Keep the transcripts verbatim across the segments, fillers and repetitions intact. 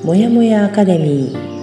もやもやアカデミー。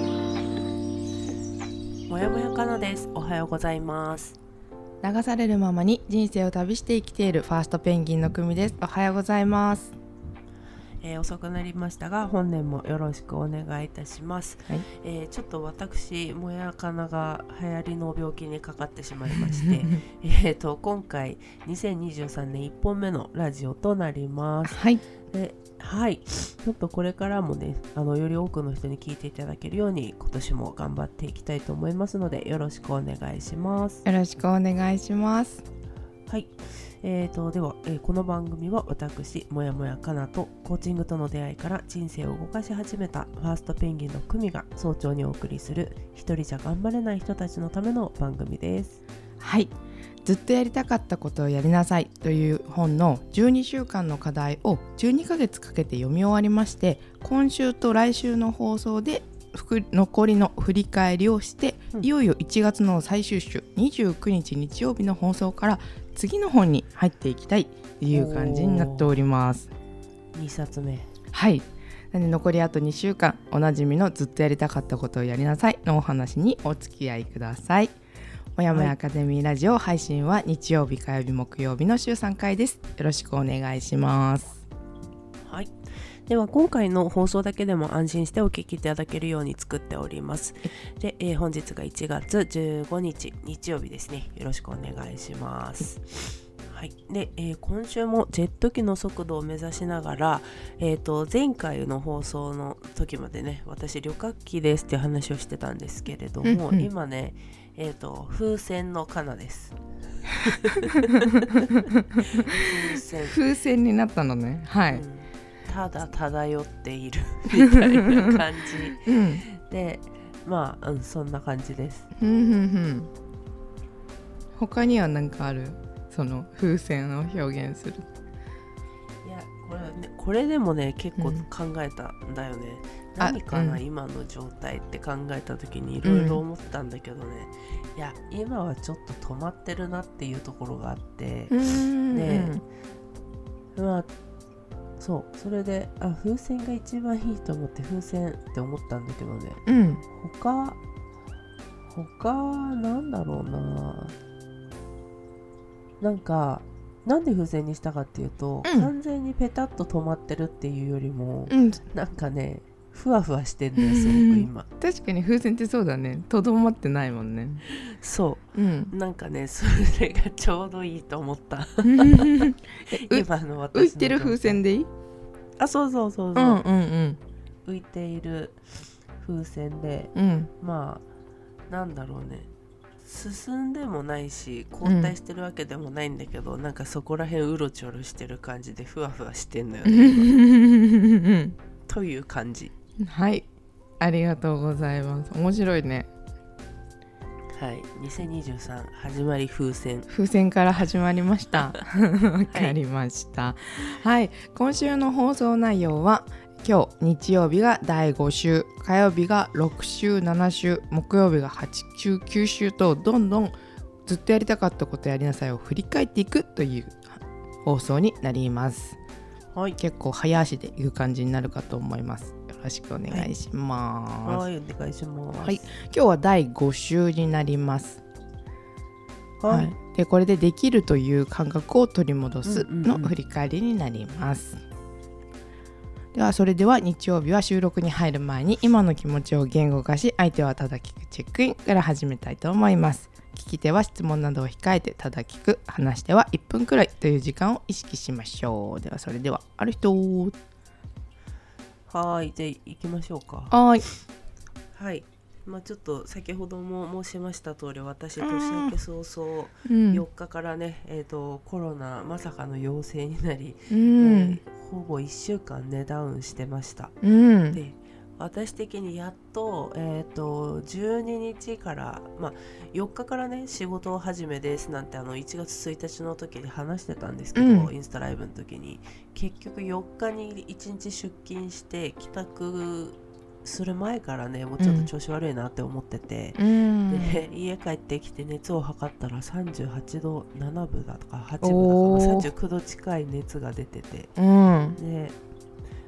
もやもやかなです。おはようございます。 流されるままに人生を旅して生きているファーストペンギンの組です。おはようございます。 えー、遅くなりましたが本年もよろしくお願いいたします、 はいえー、ちょっと私もやかなが流行りの病気にかかってしまいましてえと今回にせんにじゅうさんねんいっぽんめのラジオとなります。 はいではい、ちょっとこれからもねあのより多くの人に聞いていただけるように今年も頑張っていきたいと思いますのでよろしくお願いします。 よろしくお願いします。 はい、えーとでは、えー、この番組は私もやもやかなとコーチングとの出会いから人生を動かし始めたファーストペンギンのクミが早朝にお送りする一人じゃ頑張れない人たちのための番組です。 はい、ずっとやりたかったことをやりなさいという本のじゅうにしゅうかんの課題をじゅうにかげつかけて読み終わりまして、今週と来週の放送で残りの振り返りをして、うん、いよいよいちがつの最終週にじゅうくにち日曜日の放送から次の本に入っていきたいという感じになっております。 にさつめ。 はい、なので残りあとにしゅうかん、おなじみのずっとやりたかったことをやりなさいのお話にお付き合いください。もやもやアカデミーラジオ配信は日曜日、火曜日、木曜日の週さんかいです。よろしくお願いします。 はい、では今回の放送だけでも安心してお聞きいただけるように作っております。で、えー、本日がいちがつじゅうごにち日曜日ですね。よろしくお願いします。はい、で、えー、今週もジェット機の速度を目指しながら、えーと、前回の放送の時までね私旅客機ですっていう話をしてたんですけれども、うんうん、今ね、えーと、風船のかなです風船風船になったのね。はい、うん、 ただ漂っているみたいな感じ、うん、でまあ、うん、そんな感じです。 うんうんうん、他には何かある？その風船を表現する。 いやこれ、ね、これでもね結構考えたんだよね、うん、何かな、うん、今の状態って考えた時にいろいろ思ったんだけどね、うん、いや今はちょっと止まってるなっていうところがあって、 うん、 で、まあそうそれであ風船が一番いいと思って風船って思ったんだけどね、 うん、 他他なんだろうな、なんかなんで風船にしたかっていうと、うん、完全にペタッと止まってるっていうよりも、うん、なんかねふわふわしてんだよすごく今。 確かに風船ってそうだね、とどまってないもんね。 そう、うん、なんかねそれがちょうどいいと思った今の私の浮いてる風船でいい？ あ、そうそうそうそう、 うんうんうん、 浮いている風船で、 うん、 まあなんだろうね、進んでもないし後退してるわけでもないんだけど、うん、なんかそこら辺うろちょろしてる感じでふわふわしてんのよねという感じ。 はい、ありがとうございます。面白いね。 はい、にせんにじゅうさん始まり風船風船から始まりましたわかりました、はいはい、今週の放送内容は今日日曜日がだいごしゅう、火曜日がろくしゅう、ななしゅう、木曜日がはちしゅう、きゅうしゅうとどんどんずっとやりたかったことやりなさいを振り返っていくという放送になります、はい、結構早足でいく感じになるかと思います。よろしくお願いします。 はい、はい、お願いします、 はい、今日はだいごしゅうになります。はい、はい、でこれでできるという感覚を取り戻すの振り返りになります、うんうんうん。ではそれでは日曜日は収録に入る前に今の気持ちを言語化し相手はただ聞くチェックインから始めたいと思います。聞き手は質問などを控えてただ聞く、話し手はいっぷんくらいという時間を意識しましょう。ではそれではある人。 はい、じゃあ行きましょうか。 はい、 はい、まあ、ちょっと先ほども申しました通り私年明け早々よっかからね、うん、えーと、コロナまさかの陽性になり、 うん、 えー、ほぼいっしゅうかんねダウンしてました、 うん、 で私的にやっと、えーと、じゅうににちから、まあ、よっかからね仕事を始めですなんてあのいちがつついたちの時に話してたんですけど、うん、インスタライブの時に結局よっかにいちにち出勤して帰宅する前からねもうちょっと調子悪いなって思ってて、うん、で家帰ってきて熱を測ったらさんじゅうはちどななぶだとかはちぶだとかさんじゅうきゅうど近い熱が出てて、 うん、 で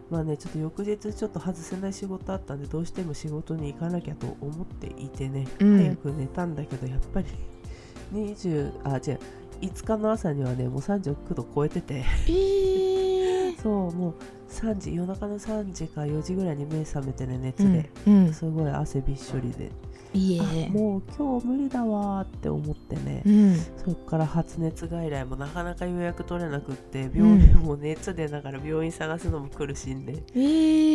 まあねちょっと翌日ちょっと外せない仕事あったんでどうしても仕事に行かなきゃと思っていてね、うん、早く寝たんだけどやっぱりにじゅうあ違ういつかの朝にはねもうさんじゅうきゅうど超えてて、えー、そうもうさんじ夜中のさんじかよじぐらいに目覚めてね熱で、うんうん、すごい汗びっしょりでいえもう今日無理だわって思ってね、うん、そこから発熱外来もなかなか予約取れなくって病院も熱出ながら病院探すのも苦しんで、うん、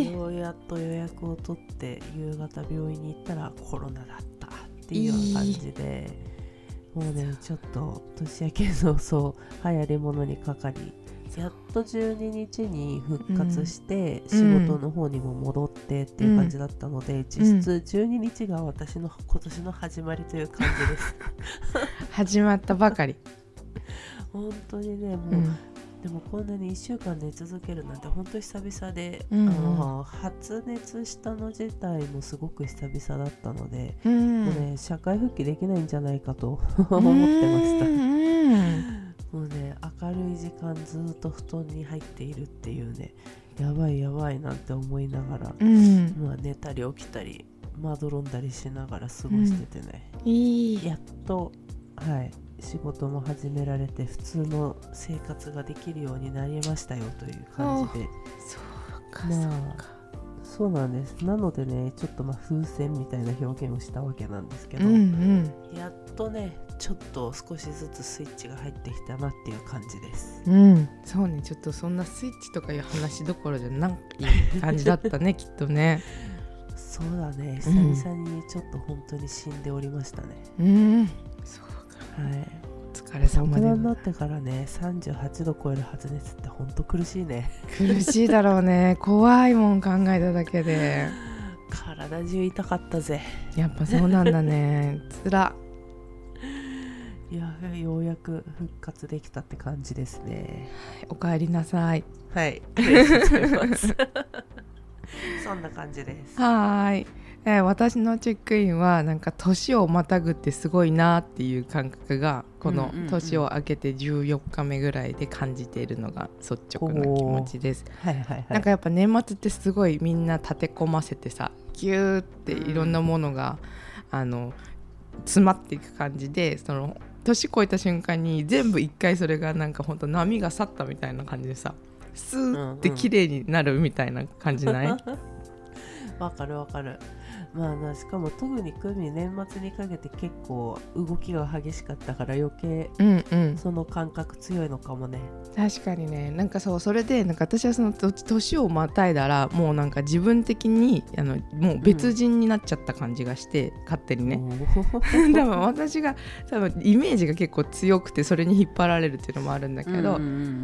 ようやっと予約を取って夕方病院に行ったらコロナだったっていうような感じで、もうねちょっと年明けのそう流行り物にかかりやっとじゅうににちに復活して仕事の方にも戻ってっていう感じだったので、うん、実質じゅうににちが私の今年の始まりという感じです始まったばかり本当にねもう、うん、でもこんなにいっしゅうかん寝続けるなんて本当久々で、うんうん、あの発熱したの自体もすごく久々だったので、うん、もうね社会復帰できないんじゃないかと思ってました、うんもうね明るい時間ずっと布団に入っているっていうねやばいやばいなんて思いながら、うんまあ、寝たり起きたりまどろんだりしながら過ごしててね、うん、いいやっと、はい、仕事も始められて普通の生活ができるようになりましたよという感じでそうか、 まあ、 そうかそうなんです。なのでねちょっとまあ風船みたいな表現をしたわけなんですけど、 うんうん、 やっとねちょっと少しずつスイッチが入ってきたなっていう感じです。 うんそうねちょっとそんなスイッチとかいう話どころじゃない感じだったねきっとね。 そうだね久々にちょっと本当に死んでおりましたね。 うんそうかはいお疲れ様で。 大人になってからねさんじゅうはちど超える発熱って本当苦しいね。 苦しいだろうね怖いもん考えただけで体中痛かったぜ。 やっぱそうなんだねつらいやようやく復活できたって感じですね。 お帰りなさい。 はいありがとうございますそんな感じです。 はい、えー、私のチェックインはなんか年をまたぐってすごいなっていう感覚がこの年を明けてじゅうよっかめぐらいで感じているのが率直な気持ちです、 はいはいはい、 なんかやっぱ年末ってすごいみんな立て込ませてさギューっていろんなものが、うん、あの詰まっていく感じでその年越えた瞬間に全部一回それがなんかほんと波が去ったみたいな感じでさスーって綺麗になるみたいな感じない？わ、 うんうん、かるわかる。まあなしかも特にクミ年末にかけて結構動きが激しかったから余計その感覚強いのかもね、 うんうん、確かにねなんかそうそれでなんか私はその年をまたいだらもうなんか自分的にあのもう別人になっちゃった感じがして、うん、勝手にね多分私が多分イメージが結構強くてそれに引っ張られるっていうのもあるんだけど、うんうんうん、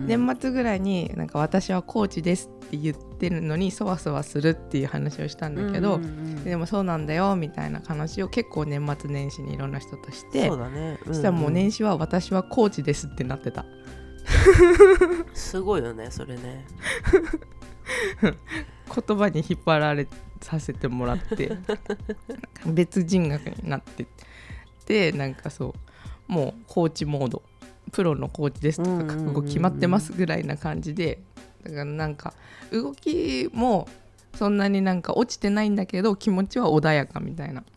年末ぐらいになんか私はコーチですって言ってるのにそわそわするっていう話をしたんだけど、うんうんうん、でもそうなんだよみたいな話を結構年末年始にいろんな人としてそうだね、うんうん、 そしたらもう年始は私はコーチですってなってたすごいよねそれね言葉に引っ張られさせてもらって別人格になってでなんかそうもうコーチモードプロのコーチですとか覚悟決まってますぐらいな感じで、だからなんか動きもそんなになんか落ちてないんだけど気持ちは穏やかみたいな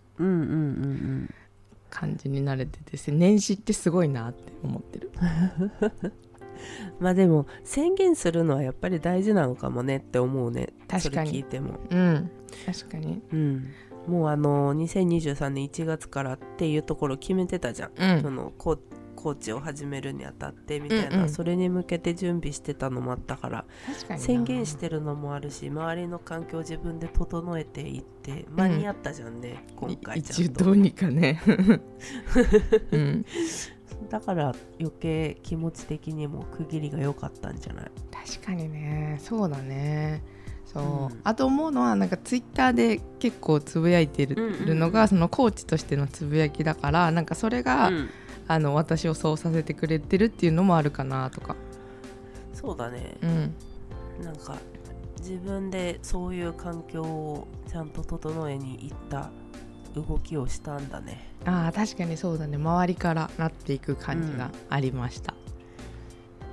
感じになれてて、年始ってすごいなって思ってるまあでも宣言するのはやっぱり大事なのかもねって思うね。 確かにそれ聞いても、 うん、確かに、 うん、もうあのにせんにじゅうさんねんいちがつからっていうところ決めてたじゃん、うん、そのココーチを始めるにあたってみたいな、うんうん、それに向けて準備してたのもあったから宣言してるのもあるし周りの環境を自分で整えていって間に合ったじゃんね、うん、今回ちゃんと一応どうにかね、うん、 だから余計気持ち的にも区切りが良かったんじゃない？ 確かにねそうだねそう、うん、あと思うのはなんかツイッターで結構つぶやいてるのが、うんうんうん、そのコーチとしてのつぶやきだからなんかそれが、うんあの私をそうさせてくれてるっていうのもあるかなとか。 そうだね、 うん、 なんか自分でそういう環境をちゃんと整えに行った動きをしたんだね。 ああ確かにそうだね周りからなっていく感じがありました、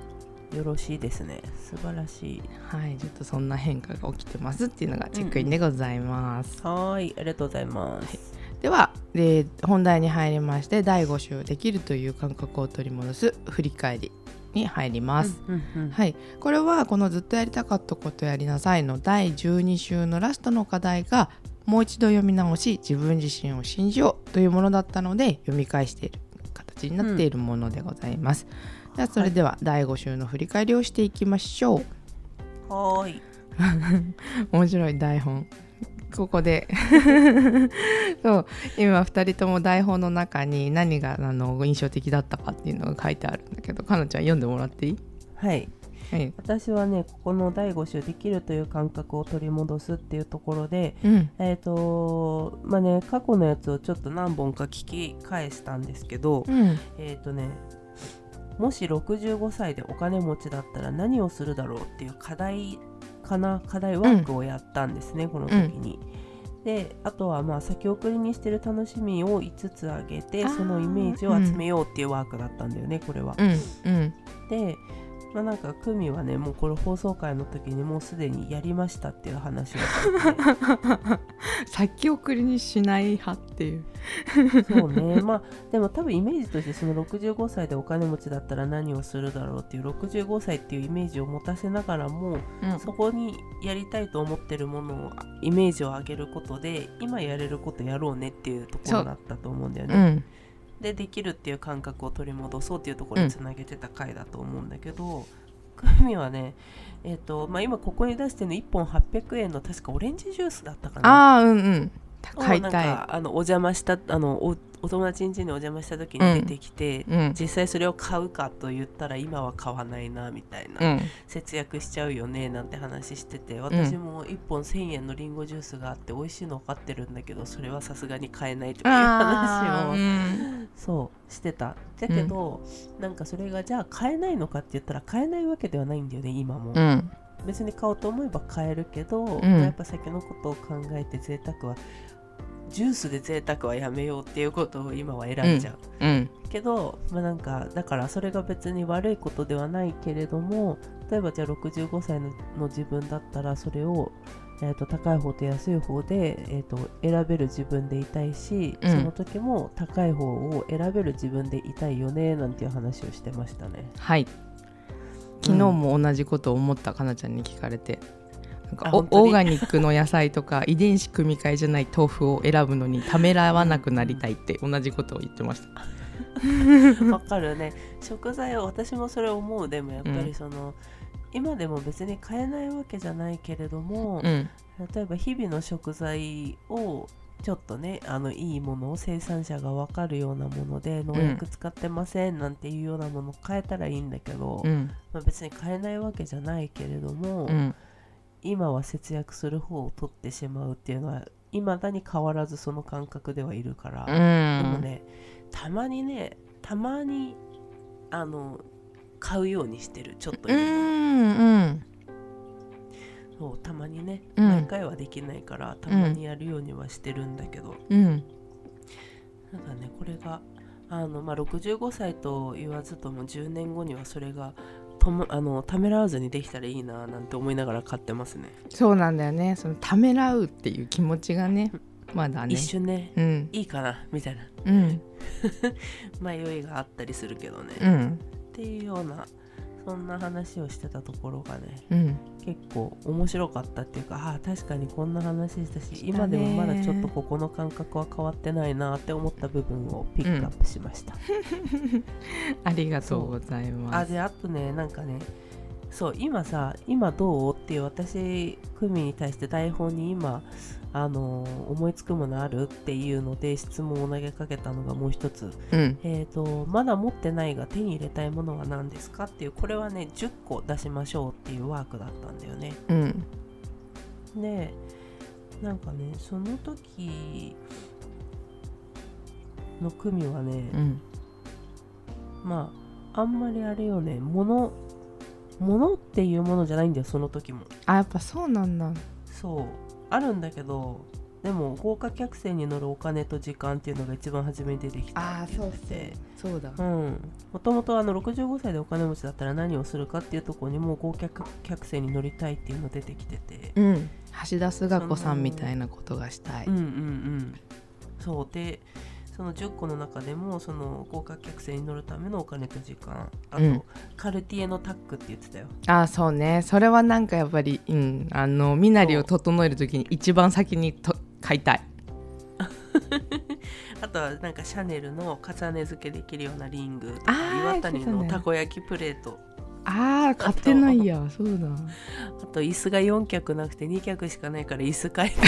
よろしいですね。素晴らしい。 はい、ちょっとそんな変化が起きてますっていうのがチェックインでございます、 うん、はい、ありがとうございます、はい、 ではで本題に入りまして、だいご週できるという感覚を取り戻す振り返りに入ります、うんうんうん、はい、これはこのずっとやりたかったことやりなさいのだいじゅうに週のラストの課題がもう一度読み直し自分自身を信じようというものだったので、読み返している形になっているものでございます、うん、ではそれではだいご週の振り返りをしていきましょう。 はーい面白い台本ここでそう今ふたりとも台本の中に何があの印象的だったかっていうのが書いてあるんだけど、かなちゃん読んでもらっていい？ はい、はい、私はねここのだいご週できるという感覚を取り戻すっていうところで、うん、えっ、ー、とまあね過去のやつをちょっと何本か聞き返したんですけど、うん、えっ、ー、とねもしろくじゅうごさいでお金持ちだったら何をするだろうっていう課題かな課題ワークをやったんですね、うん、この時に、うん、であとはまあ先送りにしてる楽しみをいつつ挙げてそのイメージを集めようっていうワークだったんだよね、これは、うんうん、でまあ、なんかクミはねもうこれ放送回の時にもうすでにやりましたっていう話をして先送りにしない派っていうそうね、まあでも多分イメージとしてそのろくじゅうごさいでお金持ちだったら何をするだろうっていうろくじゅうごさいっていうイメージを持たせながらも、うん、そこにやりたいと思ってるものをイメージを上げることで今やれることやろうねっていうところだったと思うんだよね。でできるっていう感覚を取り戻そうっていうところにつなげてた回だと思うんだけど、クミはね、えーとまあ、今ここに出してるのいっぽんはっぴゃくえんの確かオレンジジュースだったかな。 あーうんうん買いたい。 なんかあのお邪魔したあの お, お友達ん家にお邪魔した時に出てきて、うん、実際それを買うかと言ったら今は買わないなみたいな、うん、節約しちゃうよねなんて話してて、私もいっぽんせんえんのリンゴジュースがあって美味しいの分かってるんだけどそれはさすがに買えないという話を、うん、そうしてた。だけど、うん、なんかそれがじゃあ買えないのかって言ったら買えないわけではないんだよね今も、うん、別に買おうと思えば買えるけど、うん、やっぱ先のことを考えて贅沢はジュースで贅沢はやめようっていうことを今は選んじゃう、うんうん、けど、まあ、なんかだからそれが別に悪いことではないけれども、例えばじゃあろくじゅうごさい の, の自分だったらそれを、えー、と高い方と安い方で、えー、と選べる自分でいたいし、うん、その時も高い方を選べる自分でいたいよねなんていう話をしてましたね。 はい、昨日も同じことを思った、かなちゃんに聞かれて、なんかオーガニックの野菜とか遺伝子組み換えじゃない豆腐を選ぶのにためらわなくなりたいって同じことを言ってましたわかるね。食材を私もそれ思う。でもやっぱりその、うん、今でも別に買えないわけじゃないけれども、うん、例えば日々の食材をちょっとねあのいいものを生産者が分かるようなもので農薬使ってませんなんていうようなものを買えたらいいんだけど、うんまあ、別に買えないわけじゃないけれども、うん今は節約する方を取ってしまうっていうのは未だに変わらずその感覚ではいるから、うん、でもねたまにねたまにあの買うようにしてる。ちょっといいもの、うんうん、そうたまにね、うん、毎回はできないからたまにやるようにはしてるんだけど、うん、ただねこれがあの、まあ、ろくじゅうごさいと言わずともじゅうねんごにはそれがともあのためらわずにできたらいいななんて思いながら買ってますね。 そうなんだよね。そのためらうっていう気持ちがねまだね一瞬ね、うん、いいかなみたいな、うん、迷いがあったりするけどね、うん、っていうようなそんな話をしてたところがね、うん、結構面白かったっていうか、ああ確かにこんな話したし今でもまだちょっとここの感覚は変わってないなって思った部分をピックアップしました、 うん、ありがとうございます。 あであとねなんかねそう今さ今どうっていう私クミに対して台本に今あの思いつくものあるっていうので質問を投げかけたのがもう一つ、うんえー、とまだ持ってないが手に入れたいものは何ですかっていう、これはねじゅっこ出しましょうっていうワークだったんだよね、うん、でなんかねその時のクミはね、うん、まああんまりあれよねものものっていうものじゃないんだよその時も。 あやっぱそうなんだ。 そうあるんだけどでも豪華客船に乗るお金と時間っていうのが一番初めに出てきたあって言ってて、 そうだ、 うん、もともとあのろくじゅうごさいでお金持ちだったら何をするかっていうところにもう豪華客船に乗りたいっていうの出てきてて、 うん、橋田壽賀子さんみたいなことがしたい。 うんうんうん、そうでそのじゅっこの中でもその豪華客船に乗るためのお金と時間、あと、うん、カルティエのタックって言ってたよ。 あ、そうね、それはなんかやっぱり、うん、あの身なりを整えるときに一番先にと買いたいあとはなんかシャネルの重ね付けできるようなリングとか、岩谷のたこ焼きプレート、 あー買ってないや。そうだ。 あと椅子がよんきゃくなくてにきゃくしかないから椅子買い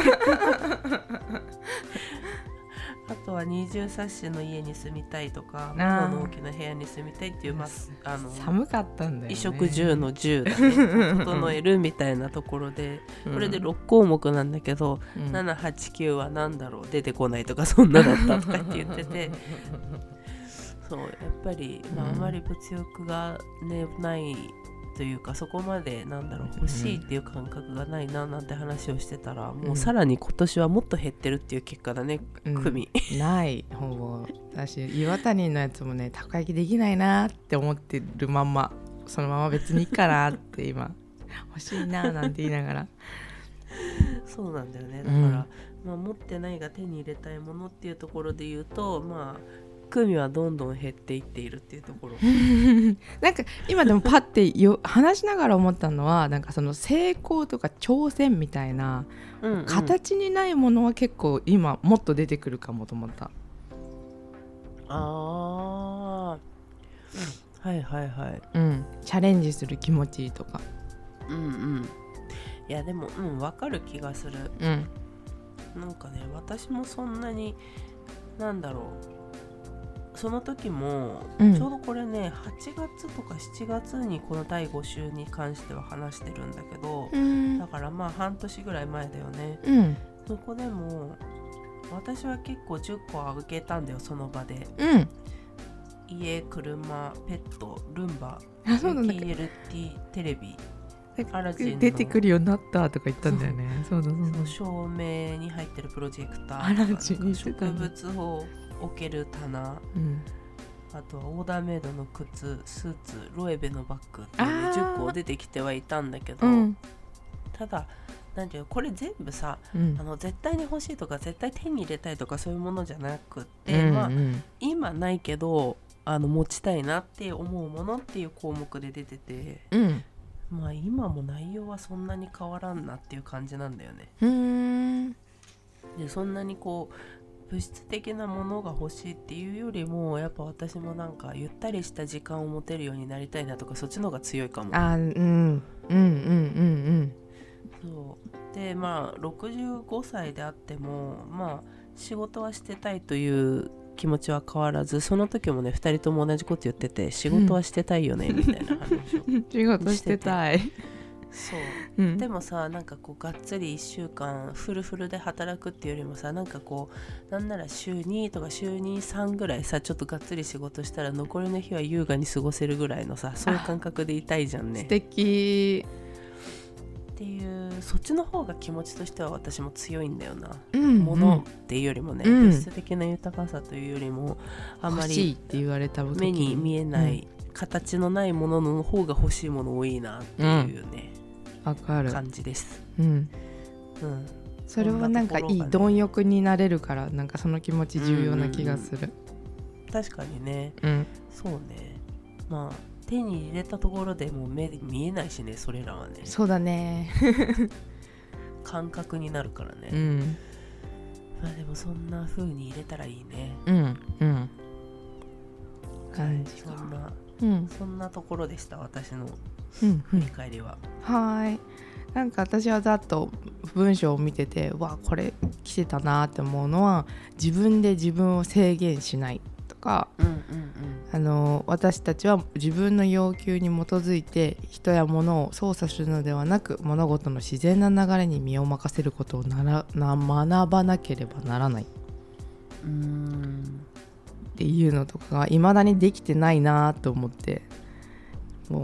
あとは二重サッシの家に住みたいとか、窓の大きな部屋に住みたいっていう、まあ、あの寒かったんだよね。 衣食住の住だね整えるみたいなところで、これでろっこうもくなんだけど、うん、ななはちきゅうは何だろう出てこないとかそんなだったとかって言っててそうやっぱり、まあ、あまり物欲が、ね、ないというか、そこまでなんだろう欲しいっていう感覚がないななんて話をしてたら、うん、もうさらに今年はもっと減ってるっていう結果だね、うん、組ないほぼ。私岩谷のやつもね、たこ焼きできないなって思ってるまんま、そのまま別にいいかなって今欲しいななんて言いながらそうなんだよね。だから、うん、まあ、持ってないが手に入れたいものっていうところで言うと、まあ組はどんどん減っていっているっていうところなんか今でもパッてよ話しながら思ったのは、なんかその成功とか挑戦みたいな、うん、うん、形にないものは結構今もっと出てくるかもと思った。 あー、うん、はいはいはい、 うん、チャレンジする気持ちとか、 うんうん、いやでも、うん、分かる気がする、うん、なんかね、私もそんなになんだろう、その時も、うん、ちょうどこれねはちがつとかしちがつにこのだいご週に関しては話してるんだけど、うん、だからまあ半年ぐらい前だよね、うん、そこでも私は結構じゅっこあげたんだよ、その場で、うん、家、車、ペット、ルンバ、ティーエルティー テレビ、アラジンの出てくるようになったとか言ったんだよね。そうだそうだ、 照明に入ってるプロジェクターとか、植物を置ける棚、うん、あとはオーダーメイドの靴、スーツ、ロエベのバッグっていうじゅっこ出てきてはいたんだけど、うん、ただなんていうの、これ全部さ、うん、あの絶対に欲しいとか絶対手に入れたいとかそういうものじゃなくって、うんうん、まあ、今ないけどあの持ちたいなって思うものっていう項目で出てて、うん、まあ今も内容はそんなに変わらんなっていう感じなんだよね。うーんでそんなにこう物質的なものが欲しいっていうよりも、やっぱ私もなんかゆったりした時間を持てるようになりたいなとか、そっちの方が強いかも。 あ、うん、うんうんうんうんそうで、まあろくじゅうごさいであってもまあ仕事はしてたいという気持ちは変わらず、その時もねふたりとも同じこと言ってて、仕事はしてたいよね、うん、みたいな話を仕事してたいそう、うん、でもさ、なんかこうがっつりいっしゅうかんフルフルで働くっていうよりもさ、なんかこうなんなら週にとか週に、さんぐらいさ、ちょっとがっつり仕事したら残りの日は優雅に過ごせるぐらいのさ、そういう感覚でいたいじゃんね。 素敵っていう、そっちの方が気持ちとしては私も強いんだよな、うんうん、ものっていうよりもね、うん、物質的な豊かさというよりもあまり目に見えない、うん、形のないものの方が欲しいもの多いなっていうね、 わかる感じです、 うんうん、それはなんかいい貪欲になれるから、なんかその気持ち重要な気がする、うんうんうん、確かにね、うん、そうね、まあ手に入れたところでもう目で見えないしね、それらはね。 そうだね感覚になるからね、うん、まあでもそんな風に入れたらいいね。 うんうん感じか、 そんな、うん、そんなところでした、私の振り返りは、 うんうん、はい。なんか私はざっと文章を見てて、わこれ来てたなって思うのは、自分で自分を制限しないとか、うんうんうん、あの私たちは自分の要求に基づいて人や物を操作するのではなく、物事の自然な流れに身を任せることをならな学ばなければならない、うーんっていうのとかが未だにできてないなと思って、もう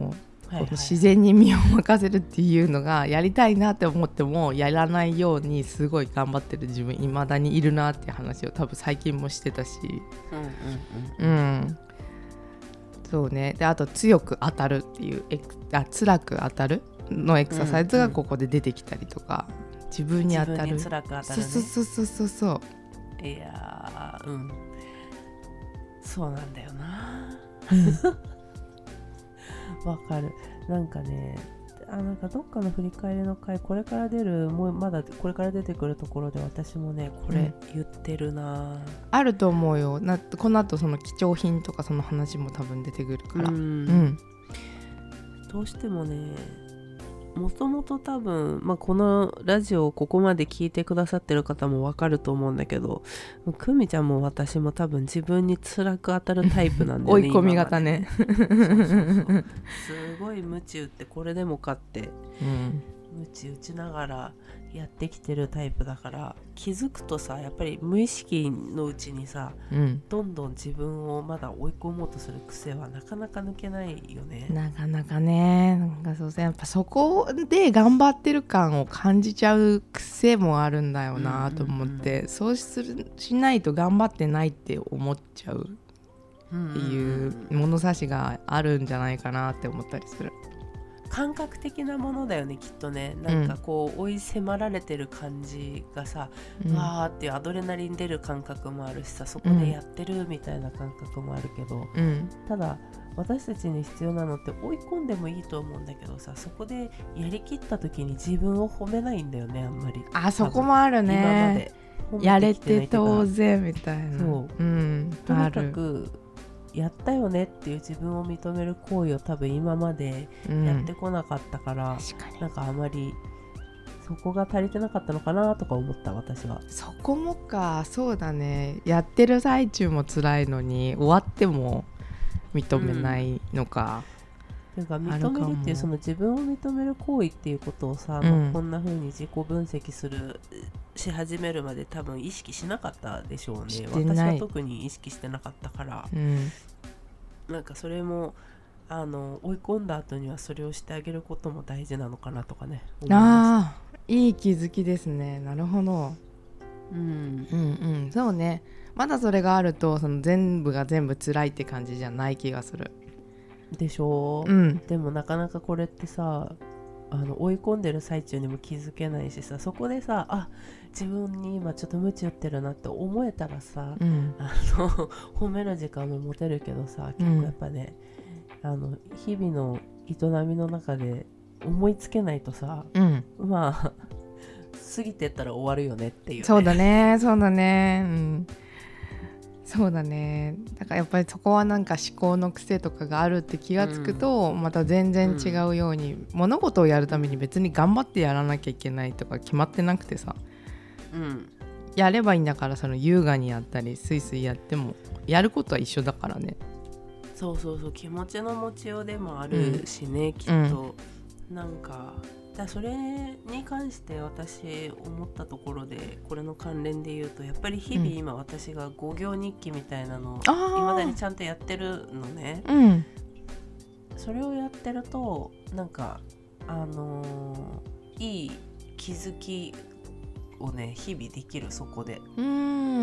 はいはい、 この自然に身を任せるっていうのがやりたいなって思ってもやらないようにすごい頑張ってる自分未だにいるなっていう話を多分最近もしてたし、 うんうんうん、 うん、そうね。であと強く当たるっていうエクあ辛く当たるのエクササイズがここで出てきたりとか、うんうん、自分に当たる、 自分に辛く当たるね、 そうそうそうそうそういやー、うん、そうなんだよなわかる。なんかね、あなんかどっかの振り返りの回、これから出る、もうまだこれから出てくるところで私もねこれ言ってるな、うん、 あると思うよ。なこの後その貴重品とかその話も多分出てくるから、うん、うん、 どうしてもね、もともと多分、まあ、このラジオをここまで聞いてくださってる方もわかると思うんだけど、くみちゃんも私も多分自分に辛く当たるタイプなんだよね追い込み型ねそうそうそうすごい鞭打ってこれでもかって、うん、鞭打ちながらやってきてるタイプだから、気づくとさやっぱり無意識のうちにさ、うん、どんどん自分をまだ追い込もうとする癖はなかなか抜けないよね。 なかなかね、なんかそうやっぱそこで頑張ってる感を感じちゃう癖もあるんだよなと思って、うんうんうん、そうするしないと頑張ってないって思っちゃうっていう物差しがあるんじゃないかなって思ったりする。 感覚的なものだよねきっとね。なんかこう追い迫られてる感じがさ、うん、わーっていうアドレナリン出る感覚もあるしさ、そこでやってるみたいな感覚もあるけど、うん、ただ私たちに必要なのって追い込んでもいいと思うんだけどさ、そこでやりきった時に自分を褒めないんだよね、あんまり。 あ、そこもあるね。今までやれて当然みたいな。そう、うん、 とにかくやったよねっていう自分を認める行為を多分今までやってこなかったから、うん、なんかあまりそこが足りてなかったのかなとか思った私は。 そこもか、そうだね。やってる最中も辛いのに終わっても認めないのか、 うん、ていうか認めるっていうその自分を認める行為っていうことをさ、うん、まあ、こんな風に自己分析するし始めるまで多分意識しなかったでしょうね。私は特に意識してなかったから、うん、なんかそれもあの追い込んだ後にはそれをしてあげることも大事なのかなとかね思いました。 あー、いい気づきですね。なるほど、うん、うんうん、そうね。まだそれがあるとその全部が全部辛いって感じじゃない気がするでしょう、うん、でもなかなかこれってさ、あの追い込んでる最中にも気づけないしさ、そこでさ、あ、自分に今ちょっと鞭打ってるなって思えたらさ、うん、あの褒める時間も持てるけどさ、結構やっぱね、うん、あの日々の営みの中で思いつけないとさ、うん、まあ過ぎてったら終わるよねっていう、ね、 そうだねそうだね、うん、そうだね。だからやっぱりそこはなんか思考の癖とかがあるって気がつくと、うん、また全然違うように、うん、物事をやるために別に頑張ってやらなきゃいけないとか決まってなくてさ、うん、やればいいんだから、その優雅にやったりスイスイやってもやることは一緒だからね。 そうそうそう、気持ちの持ちようでもあるしね、うん、きっと、うん、なんかだそれに関して私思ったところで、これの関連で言うと、やっぱり日々今私がご行日記みたいなのをいまだにちゃんとやってるのね、うん、それをやってるとなんかあのー、いい気づきをね日々できる。そこでうん、うん、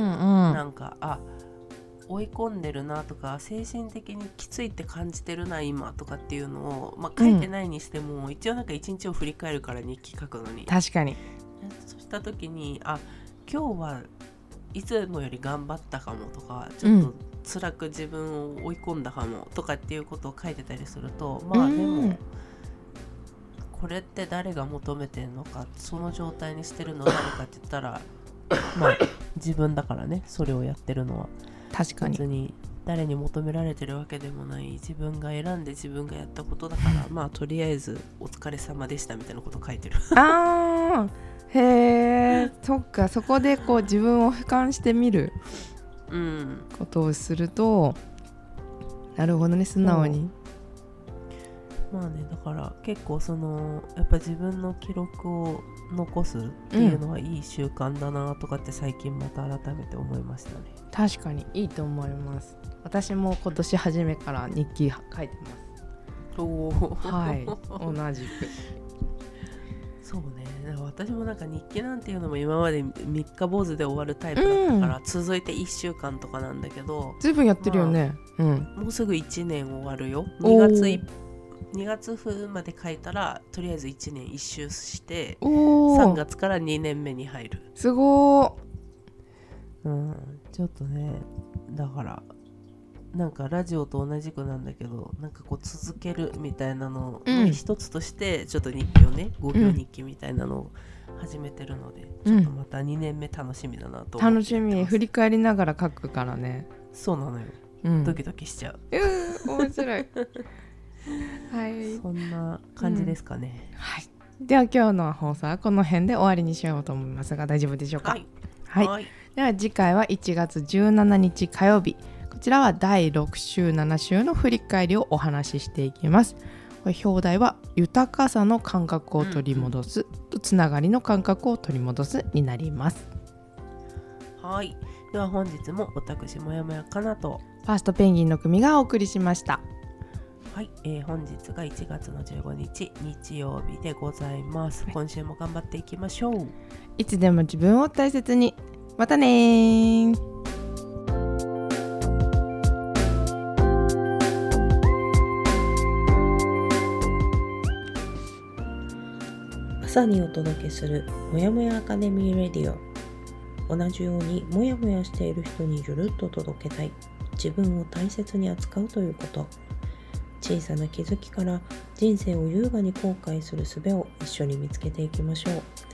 なんかあ追い込んでるなとか、精神的にきついって感じてるな今とかっていうのを、まあ、書いてないにしても、うん、一応なんか一日を振り返るから日記書くのに、 確かにそうした時に、あ、今日はいつもより頑張ったかもとか、ちょっと辛く自分を追い込んだかもとかっていうことを書いてたりすると、まあでも、うん、これって誰が求めてんのか、その状態にしてるのは誰かって言ったらまあ自分だからね、それをやってるのは。 確かに別に誰に求められてるわけでもない、自分が選んで自分がやったことだからまあとりあえずお疲れ様でしたみたいなこと書いてるあー、へー、そっか。そこでこう自分を俯瞰してみることをすると、うん、なるほどね、素直に。 まあね、だから結構そのやっぱ自分の記録を残すっていうのはいい習慣だなとかって最近また改めて思いましたね。 確かにいいと思います。私も今年初めから日記書いてます。 おーはい同じくそうね、だから私もなんか日記なんていうのも今までみっか坊主で終わるタイプだったから、うん、続いていっしゅうかんとかなんだけど、 ずいぶんやってるよね、まあ、うん、 もうすぐいちねん終わるよ。にがついにがつふまで書いたらとりあえずいちねん一周してさんがつからにねんめに入る。 すごー、 うん、ちょっとね、だからなんかラジオと同じくなんだけど、なんかこう続けるみたいなのの一つとしてちょっと日記をね、ごびょう日記みたいなのを始めてるので、うん、ちょっとまたにねんめ楽しみだなと思って。 楽しみ、振り返りながら書くからね。 そうなのよ、うん、ドキドキしちゃう。 うん、面白いはい、 そんな感じですかね、 うん、はい。では今日の放送はこの辺で終わりにしようと思いますが、大丈夫でしょうか。はい、はいはい、では次回はいちがつじゅうしちにち火曜日、こちらはだいろくしゅうななしゅうの振り返りをお話ししていきます。これ表題は豊かさの感覚を取り戻す、うん、つながりの感覚を取り戻すになります。 はい、では本日も私もやもやかなとファーストペンギンの組がお送りしました。 はい、えー、本日がいちがつのじゅうごにち日曜日でございます。今週も頑張っていきましょう。 いつでも自分を大切に。またねー。 朝にお届けするもやもやアカデミーレディオ。同じようにもやもやしている人にゆるっと届けたい、自分を大切に扱うということ。小さな気づきから人生を優雅に後悔する術を一緒に見つけていきましょう。